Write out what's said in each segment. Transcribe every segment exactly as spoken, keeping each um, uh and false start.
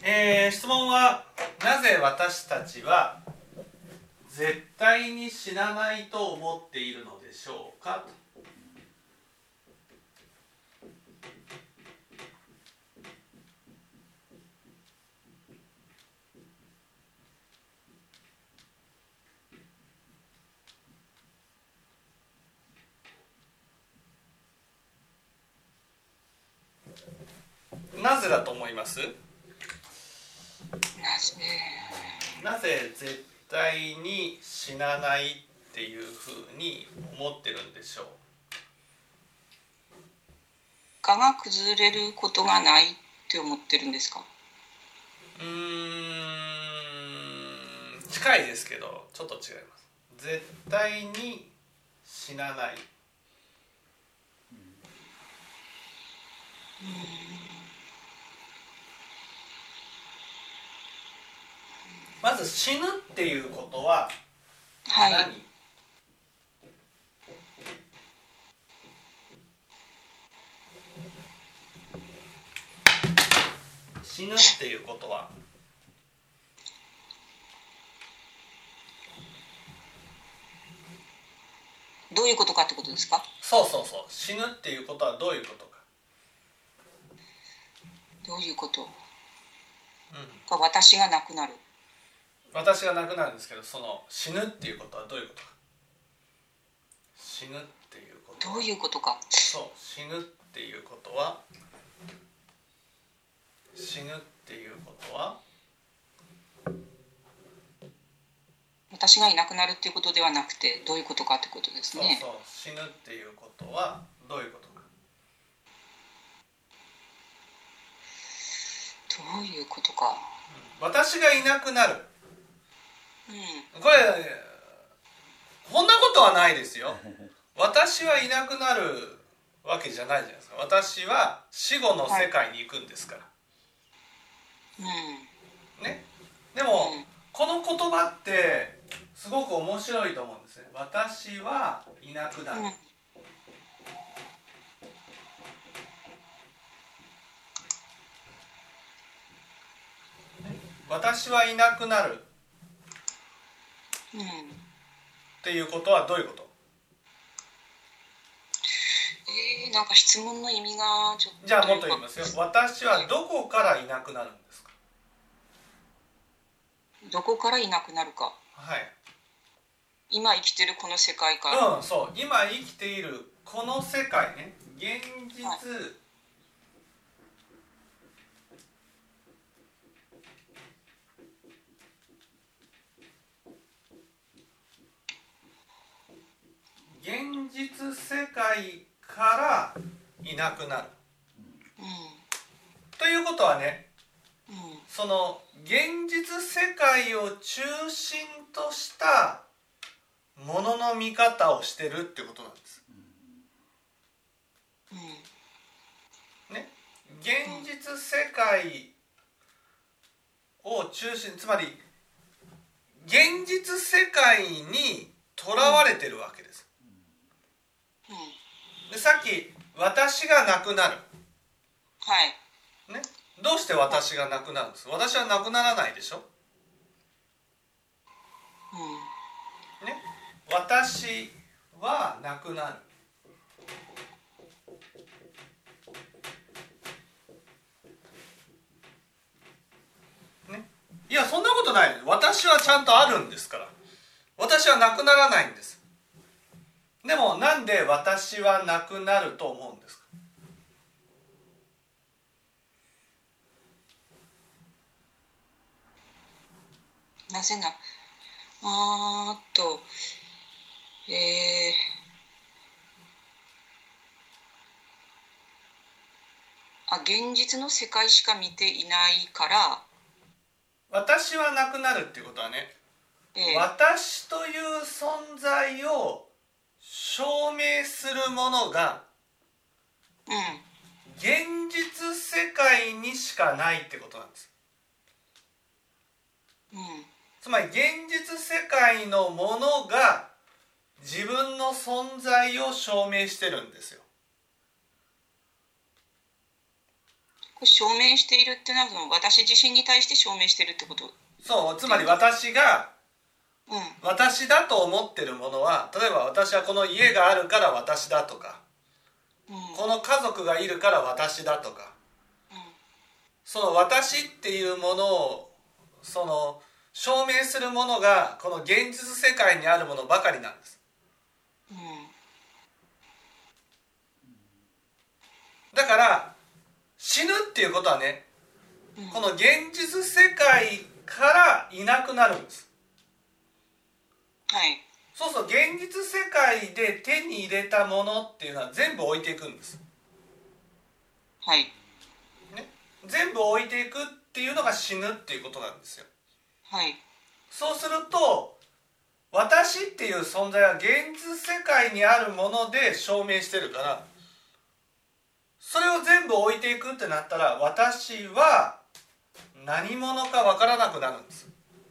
えー、質問は、なぜ私たちは絶対に死なないと思っているのでしょうかと。なぜだと思います？なぜ絶対に死なないっていうふうに思ってるんでしょう？ 蚊が崩れることがないって思ってるんですか？ うーん、近いですけどちょっと違います。絶対に死なない。 うんまず死ぬっていうことははい何？死ぬっていうことはどういうことかってことですか？ そうそうそう、死ぬっていうことはどういうことか。 どういうこと、 うん、 私が亡くなる。 私が亡くなるんですけど、その死ぬっていうことはどういうことか。死ぬっていうことはどういうことか。 そう、死ぬっていうことは死ぬっていうことは私がいなくなるっていうことではなくて、どういうことかってことですね。 そうそう、死ぬっていうことはどういうことか。 どういうことか、 うん、私がいなくなる、 うん、 これこんなことはないですよ。私はいなくなるわけじゃないじゃないですか。私は死後の世界に行くんですから、 うんね。でも、 うん、 この言葉ってすごく面白いと思うんですね。私はいなくなる、 うん、 私はいなくなるうん、 っていうことはどういうこと？ えー、なんか質問の意味がちょっと。 じゃあもっと言いますよ。私はどこからいなくなるんですか？ どこからいなくなるか。 はい。 今生きてるこの世界から。 うん、そう。今生きているこの世界ね。現実、はい、現実世界からいなくなる、 うん、 ということはね、 うん、 その現実世界を中心としたものの見方をしてるってことなんです、 うん、 ね。現実世界を中心、つまり現実世界にとらわれてるわけです、 うん、 でさっき私がなくなる、 はいね、どうして私がなくなるんですか？私はなくならないでしょ、 うんね、私はなくなる、ね、いやそんなことないです。私はちゃんとあるんですから。私はなくならないんです。でもなんで私はなくなると思うんですか？ なぜなあーっとえー、あ現実の世界しか見ていないから。 私はなくなるっていうことはね、えー、私という存在を証明するものが、 うん、 現実世界にしかないってことなんです、 うん、 つまり現実世界のものが自分の存在を証明してるんですよ。 これ証明しているっていうのは、その私自身に対して証明しているってこと？ そう、つまり私が、 うん、 私だと思ってるものは、例えば私はこの家があるから私だとか、 うん、 この家族がいるから私だとか、 うん、 その私っていうものをその証明するものがこの現実世界にあるものばかりなんです。 うん、 だから死ぬっていうことはね、 うん、 この現実世界からいなくなるんです。 はい。 そうそう、現実世界で手に入れたものっていうのは全部置いていくんです、 はい。 ね、全部置いていくっていうのが死ぬっていうことなんですよ。 はい。 そうすると私っていう存在は現実世界にあるもので証明してるから、それを全部置いていくってなったら私は何者か分からなくなるんです。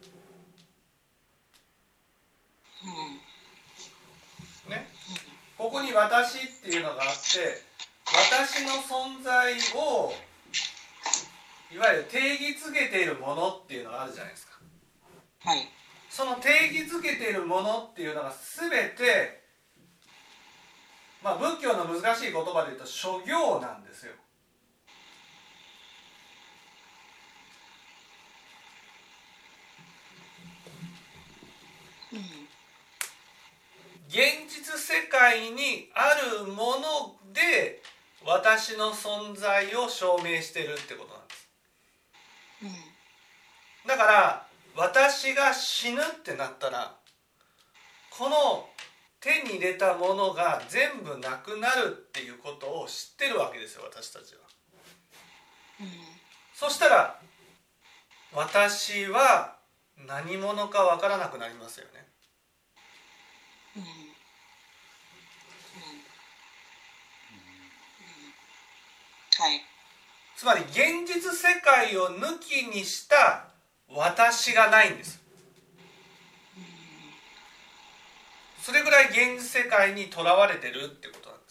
うん、 ね、ここに私っていうのがあって、私の存在をいわゆる定義づけているものっていうのがあるじゃないですか。 はい。 その定義づけているものっていうのが全て、まあ、仏教の難しい言葉で言うと諸行なんですよ。 うん、 現実世界にあるもので私の存在を証明してるってことなんです。 うん、 だから私が死ぬってなったら、この手に入れたものが全部なくなるっていうことを知ってるわけですよ、私たちは。 うん、 そしたら私は何者か分からなくなりますよね。 うん、うん、はい。 つまり現実世界を抜きにした私がないんです。それぐらい現実世界にとらわれてるってことなんです。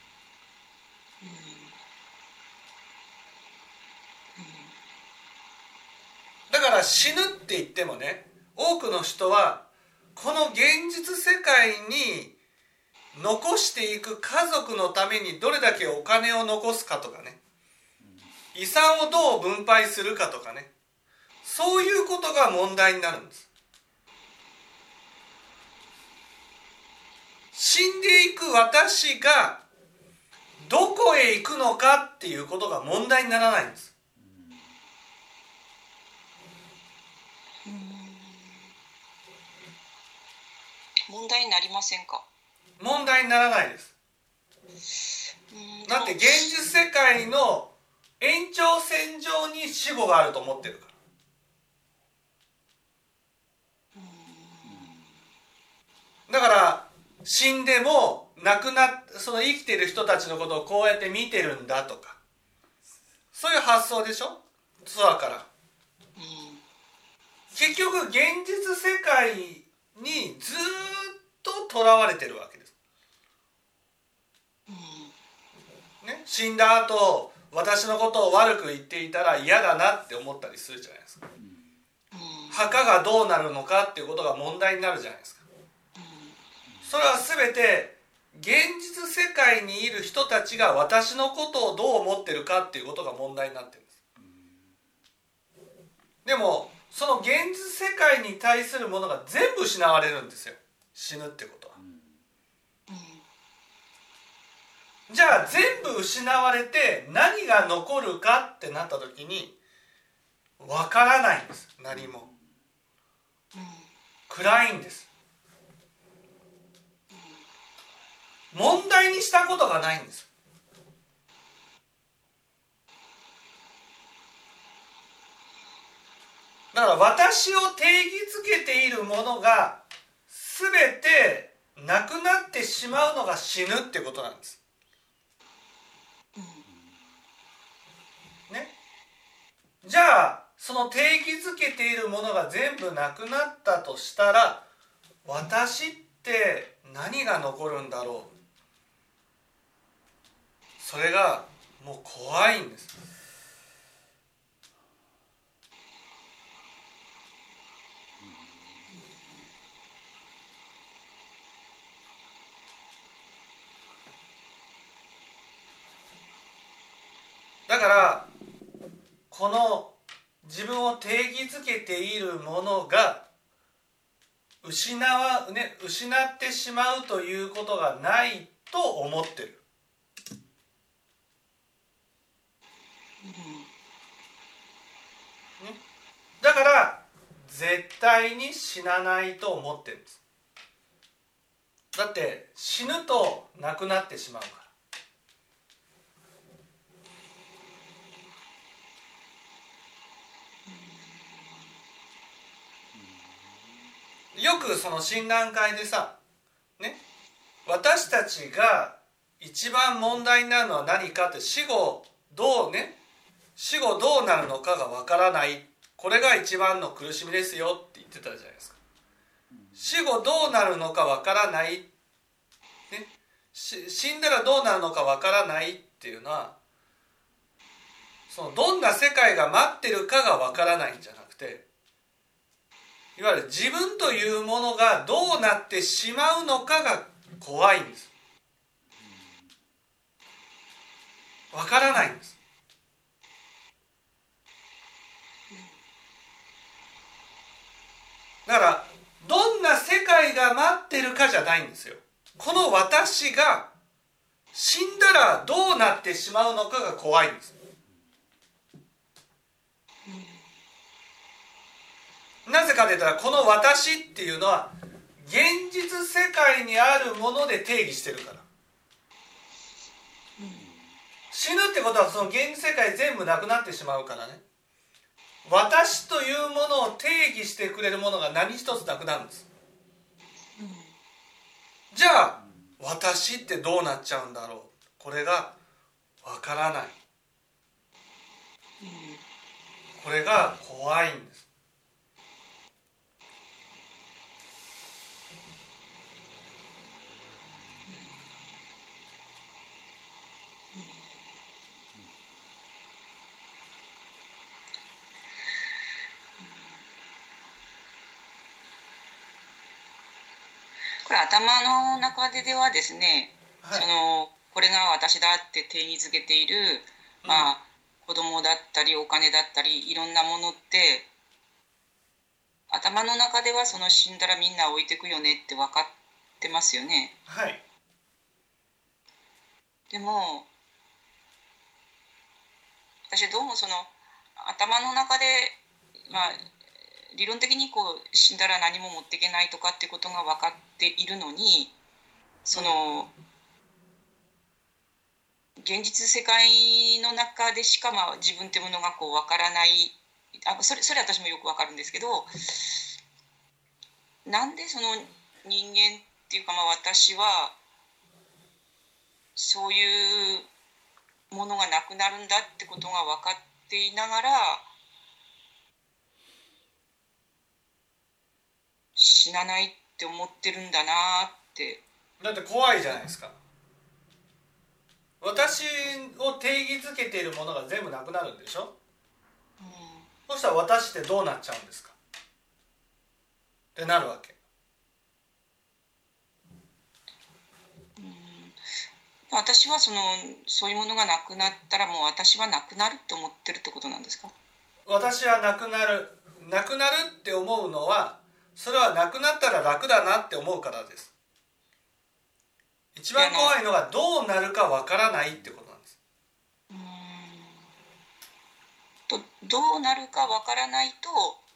だから死ぬって言ってもね、多くの人はこの現実世界に残していく家族のためにどれだけお金を残すかとかね、遺産をどう分配するかとかね、そういうことが問題になるんです。死んでいく私がどこへ行くのかっていうことが問題にならないんです。 問題になりませんか？ 問題にならないです。 うん、 だって現実世界の延長線上に死後があると思ってるから。だから死んでも亡くなっその生きてる人たちのことをこうやって見てるんだとか、そういう発想でしょ、空から。 うん、 結局現実世界にずっととらわれてるわけです、ね、死んだ後私のことを悪く言っていたら嫌だなって思ったりするじゃないですか。墓がどうなるのかっていうことが問題になるじゃないですか。それは全て現実世界にいる人たちが私のことをどう思ってるかっていうことが問題になってるんです。でもその現実世界に対するものが全部失われるんですよ、死ぬってことは。じゃあ全部失われて何が残るかってなった時にわからないんです。何も暗いんです。問題にしたことがないんです。だから私を定義づけているものが全てなくなってしまうのが死ぬってことなんです、ね、じゃあその定義づけているものが全部なくなったとしたら私って何が残るんだろう。それがもう怖いんです。 だからこの自分を定義づけているものが失わ、ね、失ってしまうということがないと思ってる、ね、だから絶対に死なないと思ってるんです。だって死ぬとなくなってしまうから。よくその診断会でさ、ね、私たちが一番問題になるのは何かって、死後どうね死後どうなるのかがわからない、これが一番の苦しみですよって言ってたじゃないですか。死後どうなるのかわからない、ね、死んだらどうなるのかわからないっていうのは、そのどんな世界が待ってるかがわからないんじゃなくて、いわゆる自分というものがどうなってしまうのかが怖いんです。わからないんです。だからどんな世界が待ってるかじゃないんですよ。この私が死んだらどうなってしまうのかが怖いんです。なぜかといったら、この私っていうのは現実世界にあるもので定義してるから。死ぬってことはその現実世界全部なくなってしまうからね。私というものを定義してくれるものが何一つなくなるんです。じゃあ私ってどうなっちゃうんだろう、これがわからない。これが怖いんです。 これ頭の中でではですね、はい、そのこれが私だって定義づけている、うん、まあ子供だったりお金だったりいろんなものって頭の中ではその死んだらみんな置いてくよねって分かってますよね。 はい。 でも私どうもその頭の中でまあ理論的にこう死んだら何も持っていけないとかっていうことが分かっているのに、その現実世界の中でしかまあ自分っていうものがこう分からない、あそれそれ私もよく分かるんですけど、なんでその人間っていうかまあ私はそういうものがなくなるんだってことが分かっていながら死なないって思ってるんだなって。 だって怖いじゃないですか。私を定義づけているものが全部なくなるんでしょ、うん、そしたら私ってどうなっちゃうんですかってなるわけ、 うん、私はそのそういうものがなくなったらもう私はなくなるって思ってるってことなんですか。 私はなくなるなくなるって思うのは、それはなくなったら楽だなって思うからです。一番怖いのがどうなるかわからないってことなんです。 うーんとどうなるかわからないと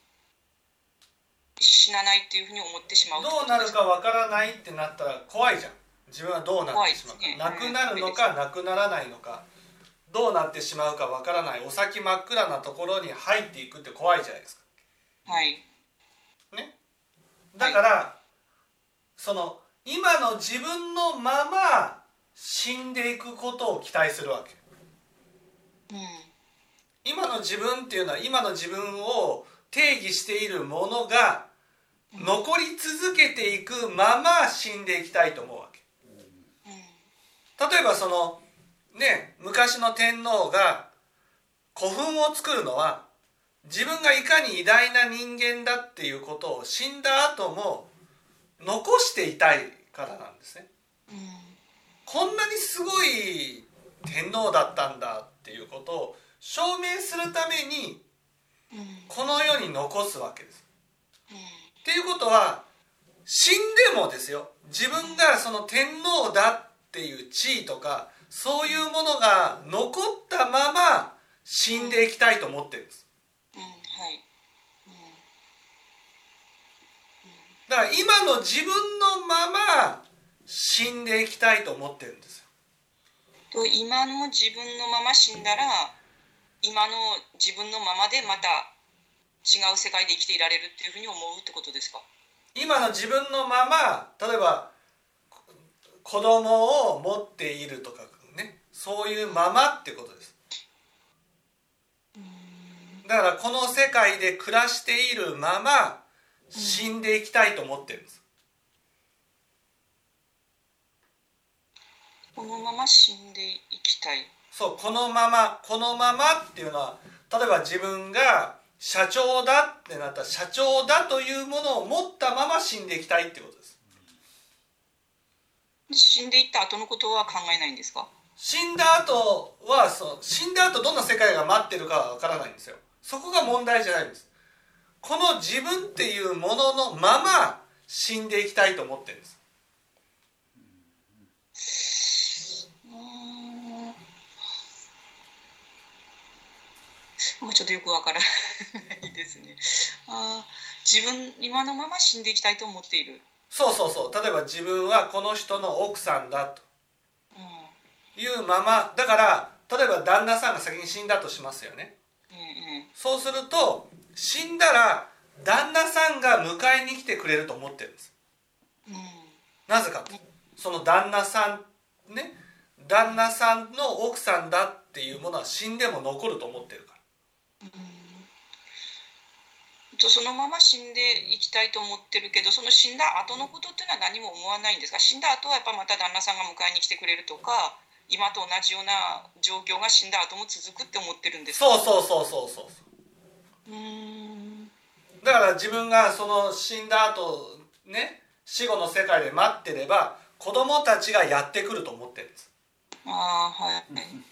死なないっていうふうに思ってしまう。 どうなるかわからないってなったら怖いじゃん。自分はどうなってしまうか、ね、なくなるのかなくならないのか、どうなってしまうかわからない、お先真っ暗なところに入っていくって怖いじゃないですか。 はいね、だから、はい、その今の自分のまま死んでいくことを期待するわけ、うん、今の自分っていうのは今の自分を定義しているものが残り続けていくまま死んでいきたいと思うわけ、うん、例えばそのね、昔の天皇が古墳を作るのは自分がいかに偉大な人間だっていうことを死んだ後も残していたいからなんですね、うん、こんなにすごい天皇だったんだっっていうことを証明するためにうんこの世に残すわけです。 うんっていうことは死んでもですよ、自分がその天皇だっていう地位とかそういうものが残ったまま死んでいきたいと思ってるんです。 うんはいうんだから今の自分のまま死んでいきたいと思ってるんですよ。 と今の自分のまま死んだら今の自分のままでまた違う世界で生きていられるっていうふうに思うってことですか？ 今の自分のまま、例えば子供を持っているとかね、そういうままってことです。だからこの世界で暮らしているまま死んでいきたいと思ってるんです。 このまま死んでいきたい。 そう、このままこのままっていうのは、例えば自分が社長だってなったら社長だというものを持ったまま死んでいきたいってことです。 死んでいった後のことは考えないんですか？ 死んだ後はそう、死んだ後どんな世界が待ってるかは分からないんですよ。そこが問題じゃないんです。この自分っていうもののまま死んでいきたいと思ってるんです。 うーんもうちょっとよくわからないですね。あ自分今のまま死んでいきたいと思っている。 そうそうそう。例えば自分はこの人の奥さんだとうんいうままだから、例えば旦那さんが先に死んだとしますよね。 うんうんそうすると死んだら旦那さんが迎えに来てくれると思ってるんです。 うんなぜかと、その旦那さんね、旦那さんの奥さんだっていうものは死んでも残ると思ってるから。 とそのまま死んでいきたいと思ってるけど、その死んだ後のことっていうのは何も思わないんですか？死んだ後はやっぱまた旦那さんが迎えに来てくれるとか、今と同じような状況が死んだ後も続くって思ってるんですか？ そうそうそうそうそう。 うーんだから自分がその死んだ後ね、死後の世界で待ってれば子供たちがやってくると思ってるんです。 ああはい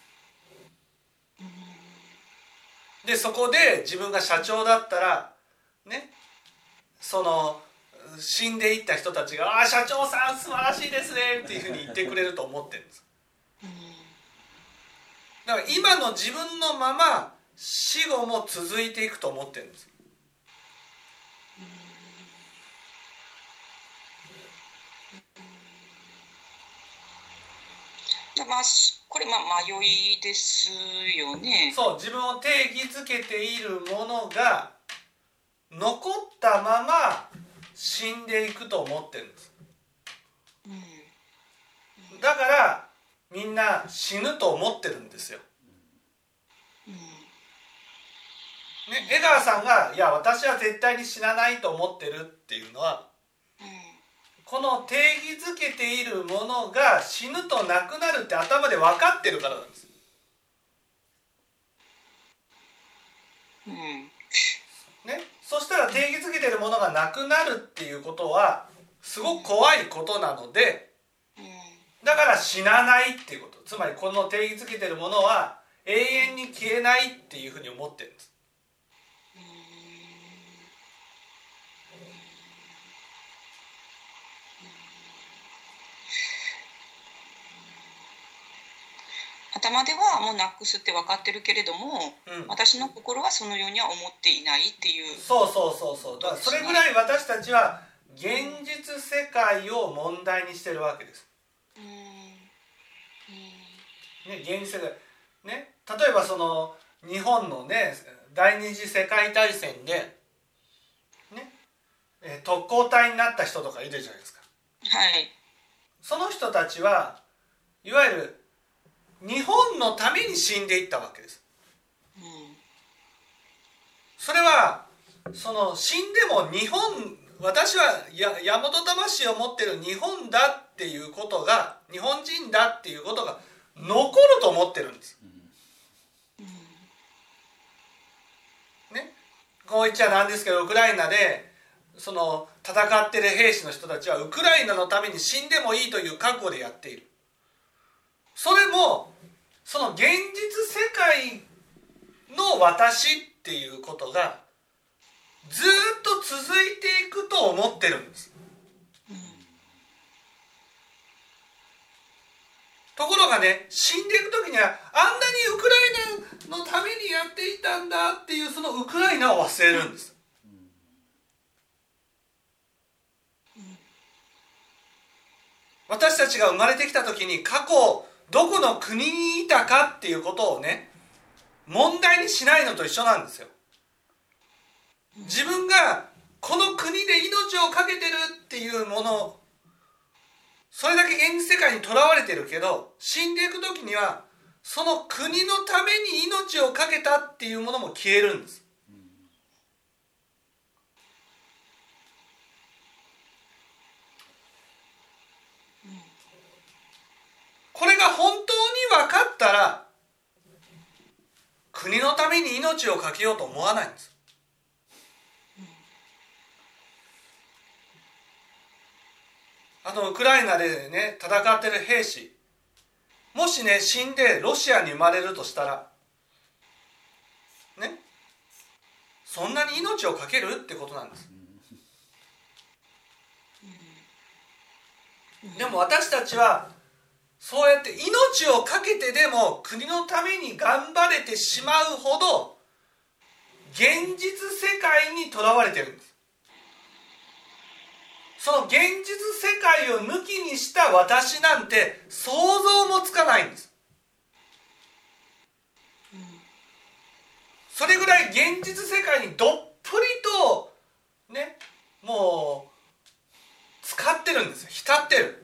でそこで自分が社長だったらね、その死んでいった人たちが「ああ社長さん素晴らしいですね」っていうふうに言ってくれると思ってるんです。だから今の自分のまま死後も続いていくと思ってるんです。 まあ、これまあ迷いですよね。 そう、自分を定義づけているものが残ったまま死んでいくと思ってるんです。 うんだからみんな死ぬと思ってるんですよ。 うんね、江川さんが「いや私は絶対に死なないと思ってる」っていうのは、この定義づけているものが死ぬとなくなるって頭で分かってるからなんです。 うんね、そしたら定義づけているものがなくなるっていうことはすごく怖いことなので、だから死なないっていうこと、つまりこの定義づけているものは永遠に消えないっていうふうに思ってるんです。 頭ではもうなくすって分かってるけれども、 うん、 私の心はそのようには思っていないっていう。 そうそうそうそう。だからそれぐらい私たちは現実世界を問題にしてるわけです。 うんね、現実世界ね、例えばその日本のね第二次世界大戦でね、え特攻隊になった人とかいるじゃないですか。 はい。 その人たちはいわゆる日本のために死んでいったわけです。 うんそれはその死んでも日本、私はや大和魂を持ってる日本だっていうことが、日本人だっていうことが残ると思ってるんです。ね、こう言っちゃなんですけど、ウクライナでその戦ってる兵士の人たちはウクライナのために死んでもいいという覚悟でやっている。それもその現実世界の私っていうことがずっと続いていくと思ってるんです。ところがね、死んでいく時にはあんなにウクライナのためにやっていたんだっていうそのウクライナを忘れるんです。私たちが生まれてきた時に過去どこの国にいたかっていうことをね、問題にしないのと一緒なんですよ。自分がこの国で命を懸けてるっていうもの、それだけ現実世界にとらわれてるけど、死んでいく時にはその国のために命を懸けたっていうものも消えるんです。これが本当に分かったら、国のために命を懸けようと思わないんです。あのウクライナでね戦ってる兵士、もしね死んでロシアに生まれるとしたらね、そんなに命を懸けるってことなんです。でも私たちはそうやって命を懸けてでも国のために頑張れてしまうほど現実世界にとらわれてるんです。その現実世界を抜きにした私なんて想像もつかないんです。それぐらい現実世界にどっぷりとね、もう使ってるんですよ。浸ってる。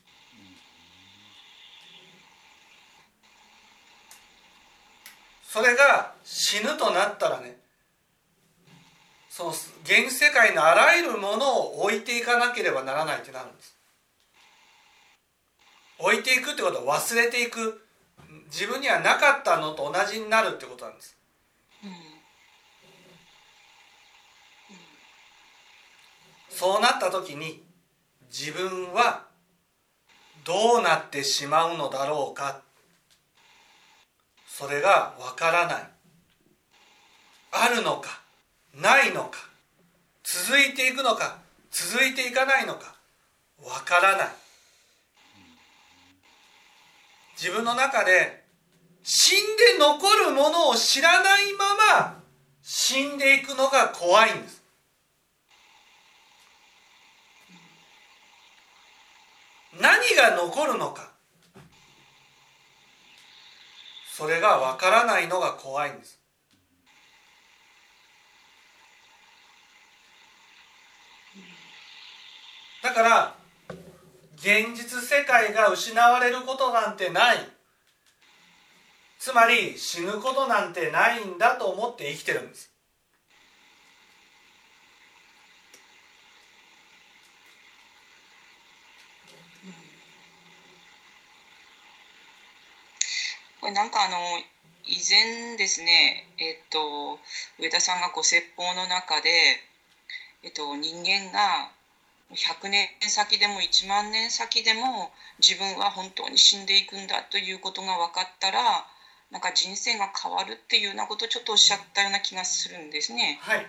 それが死ぬとなったらね、その現実世界のあらゆるものを置いていかなければならないってなるんです。置いていくってことは忘れていく、自分にはなかったのと同じになるってことなんです。うんうん、そうなった時に自分はどうなってしまうのだろうか、それがわからない。あるのかないのか、続いていくのか続いていかないのかわからない。自分の中で死んで残るものを知らないまま死んでいくのが怖いんです。何が残るのか、それがわからないのが怖いんです。だから現実世界が失われることなんてない、つまり死ぬことなんてないんだと思って生きてるんです。 これなんかあの以前ですね、えっと上田さんがご説法の中で、えっと、人間がひゃくねん先でもいちまんねん先でも自分は本当に死んでいくんだということが分かったら、なんか人生が変わるっていうようなことをちょっとおっしゃったような気がするんですね。 はい。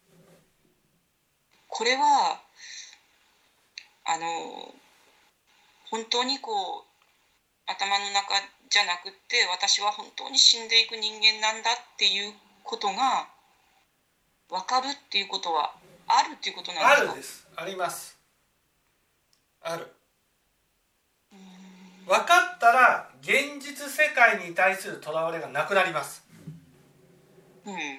これはあの本当にこう頭の中じゃなくって、私は本当に死んでいく人間なんだっていうことが分かるっていうことはあるっていうことなんですか？ あるです。あります。ある。分かったら現実世界に対するとらわれがなくなります。うん。うん。うん。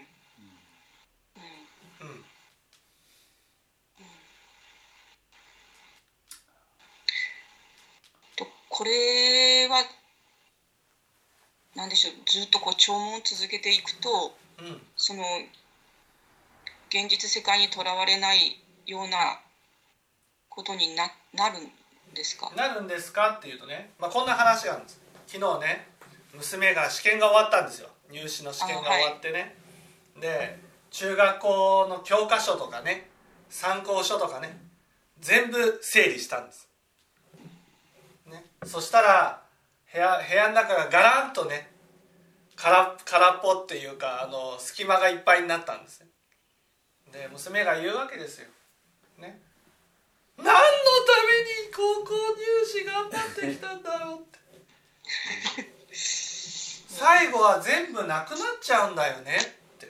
とこれは何でしょう、ずっとこう聴聞を続けていくと、うん、その現実世界にとらわれないようなことに な, なるんですか？ なるんですかっていうとね、まあ、こんな話があるんです。昨日ね、娘が試験が終わったんですよ。入試の試験が終わってね、はい、で中学校の教科書とかね、参考書とかね、全部整理したんです、ね、そしたら部屋部屋の中がガランとね空空っぽっていうかあの隙間がいっぱいになったんですね。で娘が言うわけですよ、ね、何のために高校入試頑張ってきたんだろうって最後は全部なくなっちゃうんだよねって、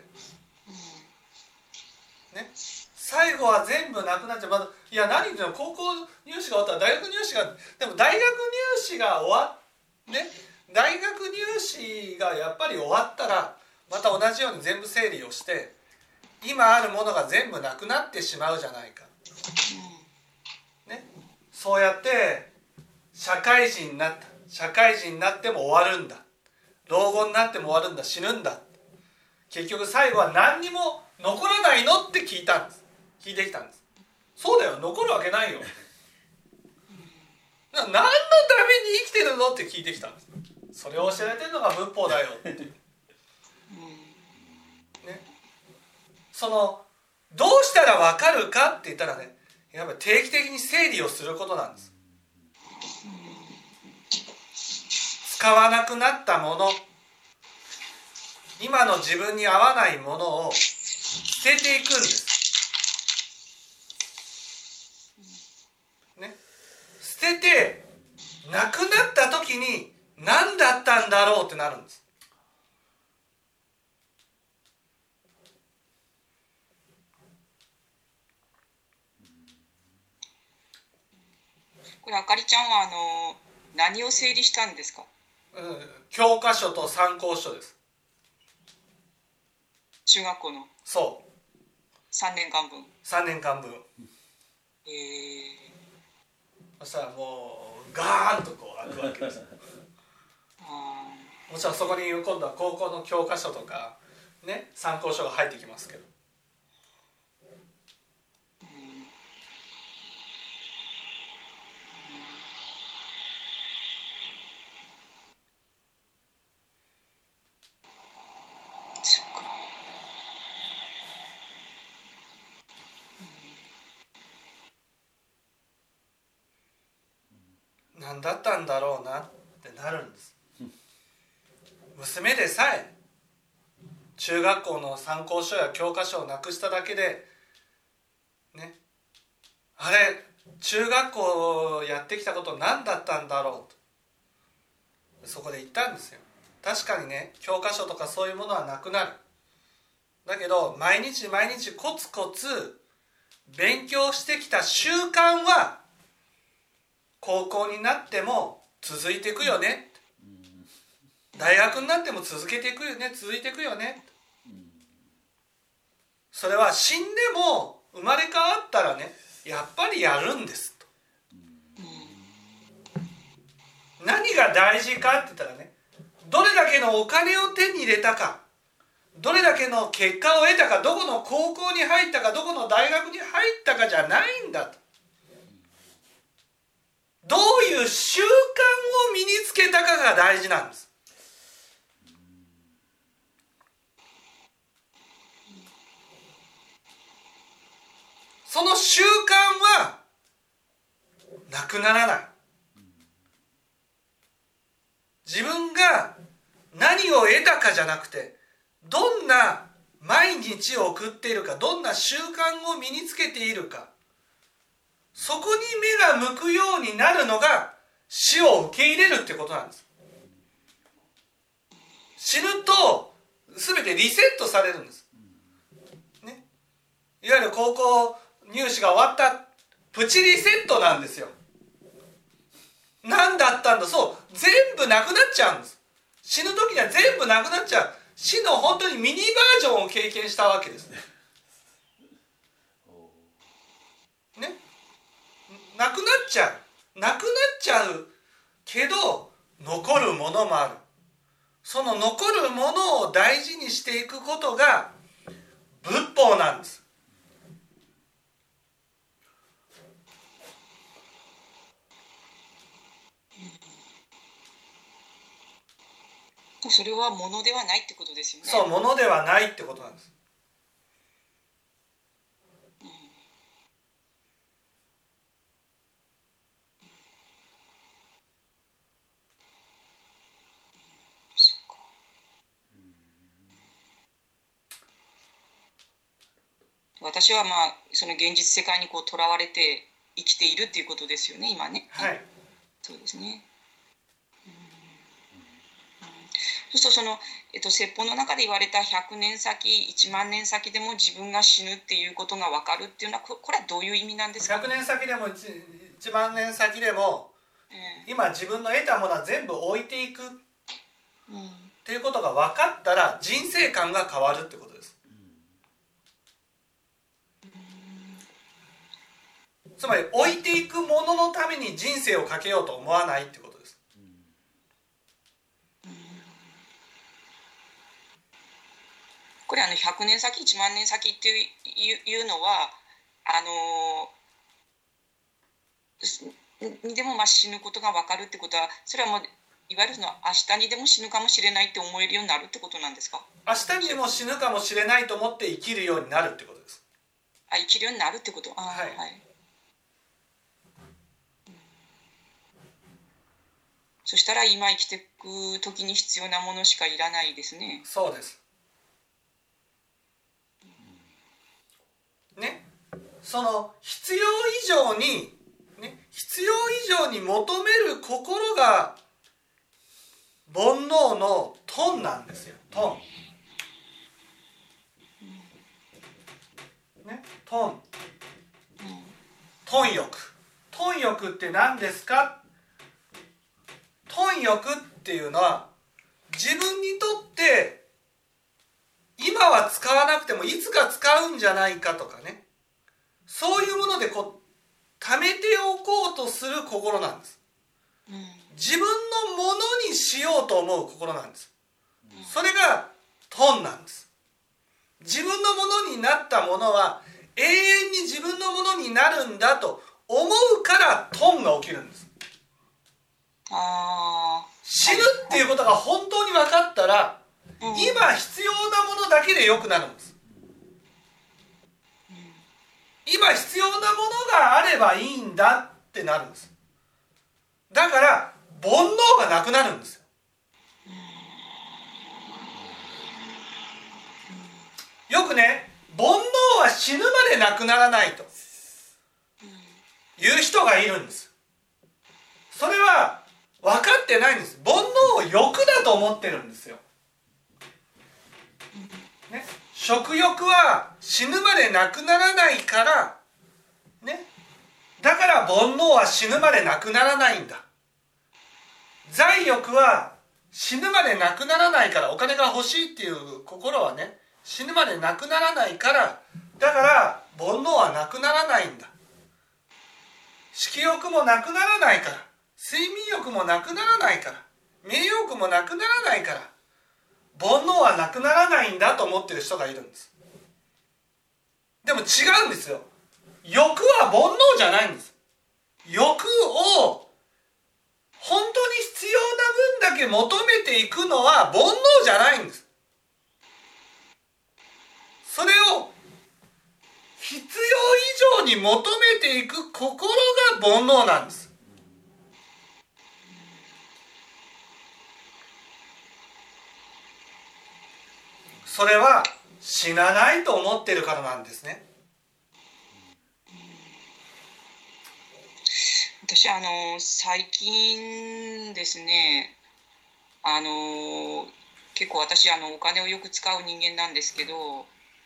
ね、最後は全部なくなっちゃう、まだいや何言ってんの、高校入試が終わったら大学入試がでも大学入試が終わっね大学入試がやっぱり終わったらまた同じように全部整理をして今あるものが全部なくなってしまうじゃないか、ね、そうやって社会人になった社会人になっても終わるんだ、老後になっても終わるんだ、死ぬんだ、結局最後は何にも残らないのって聞いたんです聞いてきたんです。そうだよ、残るわけないよ何のために生きてるのって聞いてきたんです。それを教えられてるのが仏法だよって、ね、そのどうしたら分かるかって言ったらね、やっぱり定期的に整理をすることなんです。使わなくなったもの、今の自分に合わないものを捨てていくんです、ね、捨ててなくなった時に何だったんだろうってなるんです。 これあかりちゃんはあの何を整理したんですか？ うん、教科書と参考書です。 中学校のそうさんねんかんぶんさんねんかんぶん、 えー、 そしたらもうガーンとこう開くわけですあもちろんそこに今度は高校の教科書とか、ね、参考書が入ってきますけど、 そっか。 何だったんだろうなってなるんです。娘でさえ中学校の参考書や教科書をなくしただけでね、あれ中学校やってきたこと何だったんだろうとそこで言ったんですよ。確かにね教科書とかそういうものはなくなる、だけど毎日毎日コツコツ勉強してきた習慣は高校になっても続いていくよね、大学になっても続けていくよね続いていくよね、それは死んでも生まれ変わったらねやっぱりやるんですと。何が大事かって言ったらね、どれだけのお金を手に入れたか、どれだけの結果を得たか、どこの高校に入ったか、どこの大学に入ったかじゃないんだと。どういう習慣を身につけたかが大事なんです。その習慣はなくならない。自分が何を得たかじゃなくて、どんな毎日を送っているか、どんな習慣を身につけているか、そこに目が向くようになるのが死を受け入れるってことなんです。死ぬと全てリセットされるんです、ね、いわゆる高校入試が終わったプチリセットなんですよ。何だったんだ、そう全部なくなっちゃうんです。死ぬ時には全部なくなっちゃう。死の本当にミニバージョンを経験したわけですね。ね、なくなっちゃうなくなっちゃうけど残るものもある。その残るものを大事にしていくことが仏法なんです。 それは物ではないってことですよね。 そう、物ではないってことなんです。 私はまあその現実世界にこうとらわれて生きているっていうことですよね今ね。 はい。 そうですね。うんうん、そうするとその、えっと、説法の中で言われたひゃくねん先いちまん年先でも自分が死ぬっていうことが分かるっていうのはこれはどういう意味なんですか？ ひゃくねん先でも 1, いちまん年先でも、えー、今自分の得たものは全部置いていく、うん、っていうことが分かったら人生観が変わるってことです。つまり置いていくもののために人生をかけようと思わないってことです。 これあのひゃくねん先いちまん年先っていうのはあのにでもまあ死ぬことが分かるってことはそれはもういわゆるその明日にでも死ぬかもしれないって思えるようになるってことなんですか？ 明日にでも死ぬかもしれないと思って生きるようになるってことです。 あ、生きるようになるってこと。あ、 はい、 はい、そしたら今生きていく時に必要なものしかいらないですね。 そうですね。その必要以上に、ね、必要以上に求める心が煩悩のトンなんですよ。トン、ね、トン、トン欲。トン欲って何ですか？トン欲っていうのは自分にとって今は使わなくてもいつか使うんじゃないかとかね、そういうものでこう貯めておこうとする心なんです。自分のものにしようと思う心なんです。それがトンなんです。自分のものになったものは永遠に自分のものになるんだと思うからトンが起きるんです。 あ、 死ぬっていうことが本当に分かったら、うん、今必要なものだけでよくなるんです。うん、今必要なものがあればいいんだってなるんです。だから煩悩がなくなるんですよ。よくね、煩悩は死ぬまでなくならないという人がいるんです。それは分かってないんです。煩悩を欲だと思ってるんですよ、ね、食欲は死ぬまでなくならないから、ね、だから煩悩は死ぬまでなくならないんだ。財欲は死ぬまでなくならないから、お金が欲しいっていう心はね死ぬまでなくならないから、だから煩悩はなくならないんだ。色欲もなくならないから、睡眠欲もなくならないから、名欲もなくならないから、煩悩はなくならないんだと思ってる人がいるんです。でも違うんですよ。欲は煩悩じゃないんです。欲を本当に必要な分だけ求めていくのは煩悩じゃないんです。それを必要以上に求めていく心が煩悩なんです。それは死なないと思ってるからなんですね。 私あの最近ですね、あの結構私あのお金をよく使う人間なんですけど、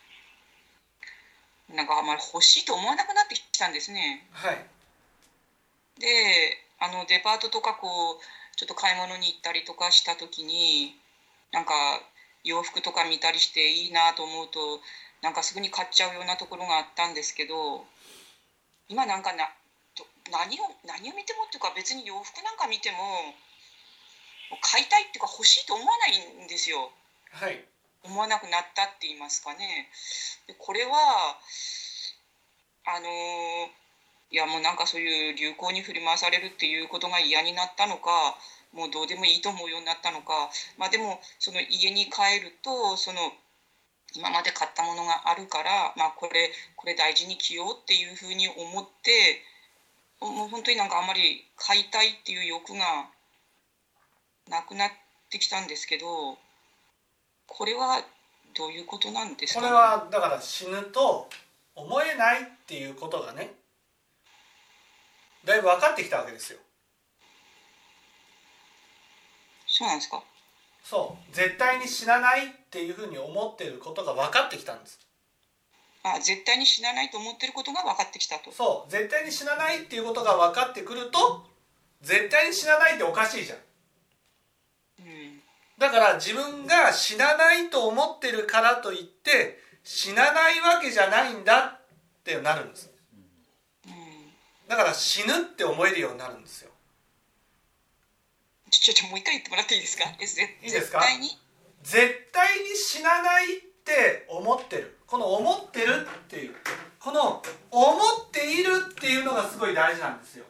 なんかあんまり欲しいと思わなくなってきたんですね。 はい。 で、あのデパートとかこうちょっと買い物に行ったりとかした時に、なんか洋服とか見たりしていいなと思うと、なんかすぐに買っちゃうようなところがあったんですけど、今なんかな何を何を見てもっていうか、別に洋服なんか見ても買いたいっていうか欲しいと思わないんですよ。 はい。 思わなくなったって言いますかね。でこれはあのいやもうなんかそういう流行に振り回されるっていうことが嫌になったのか、もうどうでもいいと思うようになったのか、まあでもその家に帰るとその今まで買ったものがあるから、まあこれこれ大事に着ようっていうふうに思って、もう本当になんかあんまり買いたいっていう欲がなくなってきたんですけど、これはどういうことなんですかね。 これはだから死ぬと思えないっていうことがね、だいぶ分かってきたわけですよ。 そうなんですか。 そう絶対に死なないっていうふうに思っていることが分かってきたんです。 あ、絶対に死なないと思ってることが分かってきたと。 そう絶対に死なないっていうことが分かってくると、絶対に死なないっておかしいじゃん。 うん、 だから自分が死なないと思ってるからといって死なないわけじゃないんだってなるんです。 うん、 だから死ぬって思えるようになるんですよ。 ちょちょもう一回言ってもらっていいですか。えぜいいですか。 絶対に絶対に死なないって思ってる、この思ってるっていう、この思っているっていうのがすごい大事なんですよ。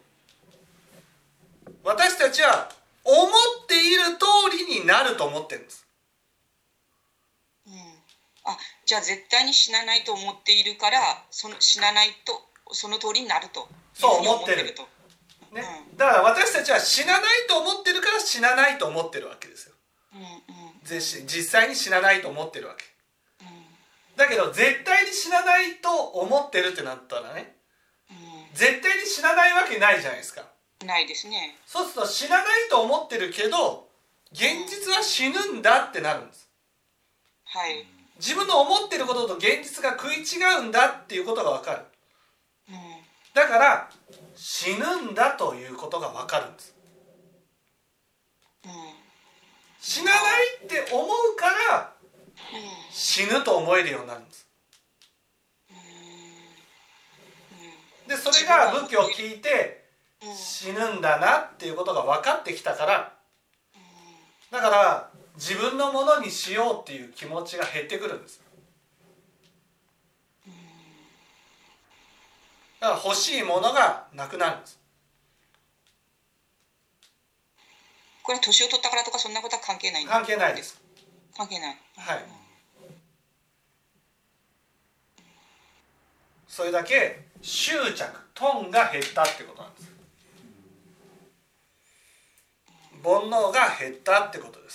私たちは思っている通りになると思ってるんです。 うん、あ、じゃあ絶対に死なないと思っているから、その死なないとその通りになるとそういうふうに思ってると、 ね、 うん、 だから私たちは死なないと思ってるから死なないと思ってるわけですよ。 うんうん、 実際に死なないと思ってるわけうん、 だけど、絶対に死なないと思ってるってなったらね、 うん、 絶対に死なないわけないじゃないですか。 ないですね。 そうすると死なないと思ってるけど現実は死ぬんだってなるんです。 はい。 自分の思ってることと現実が食い違うんだっていうことが分かる。 うん、 だから死ぬんだということが分かるんです。 うん、 死なないって思うからうん、 死ぬと思えるようになるんです。 うん、 でそれが仏教を聞いてうん、 死ぬんだなっていうことが分かってきたから、だから自分のものにしようっていう気持ちが減ってくるんです。だから欲しいものがなくなるんです。 これは年を取ったからとかそんなことは関係ないんですか。 関係ないです。 関係ない。 はい。それだけ執着トンが減ったってことなんです。煩悩が減ったってことです。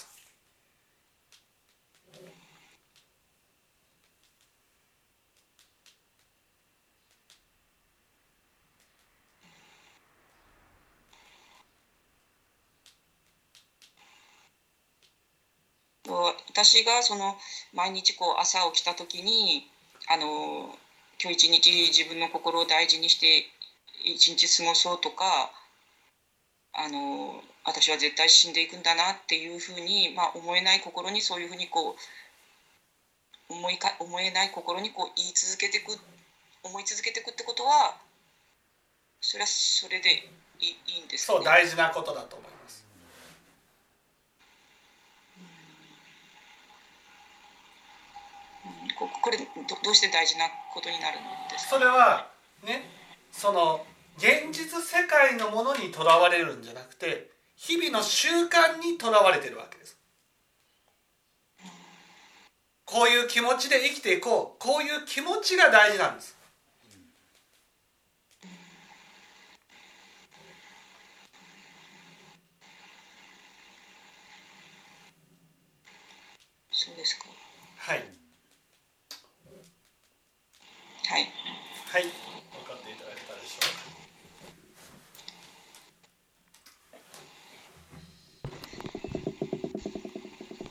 私がその毎日こう朝起きた時に、あの今日一日自分の心を大事にして一日過ごそうとか、あの私は絶対死んでいくんだなっていうふうに、まあ、思えない心にそういうふうにこう思いか思えない心にこう言い続けていく思い続けていくってことは、それはそれでいい、いいんですかね。 そう大事なことだと思います。 ここれ ど, どうして大事なことになるんですか。 それはね、その現実世界のものにとらわれるんじゃなくて日々の習慣にとらわれてるわけです。こういう気持ちで生きていこう、こういう気持ちが大事なんです。 そうですか。 はいはいはい。